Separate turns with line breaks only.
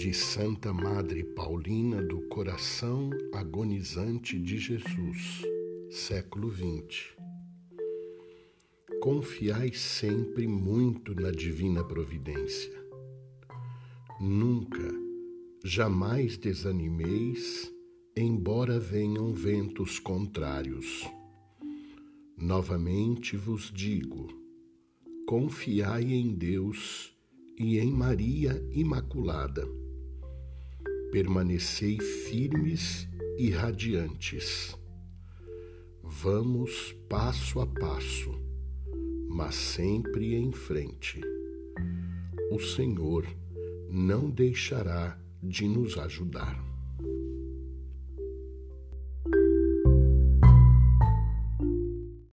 de Santa Madre Paulina do Coração Agonizante de Jesus, século XX. Confiai sempre muito na divina providência. Nunca, jamais desanimeis, embora venham ventos contrários. Novamente vos digo, confiai em Deus e em Maria Imaculada. Permanecei firmes e radiantes. Vamos passo a passo, mas sempre em frente. O Senhor não deixará de nos ajudar.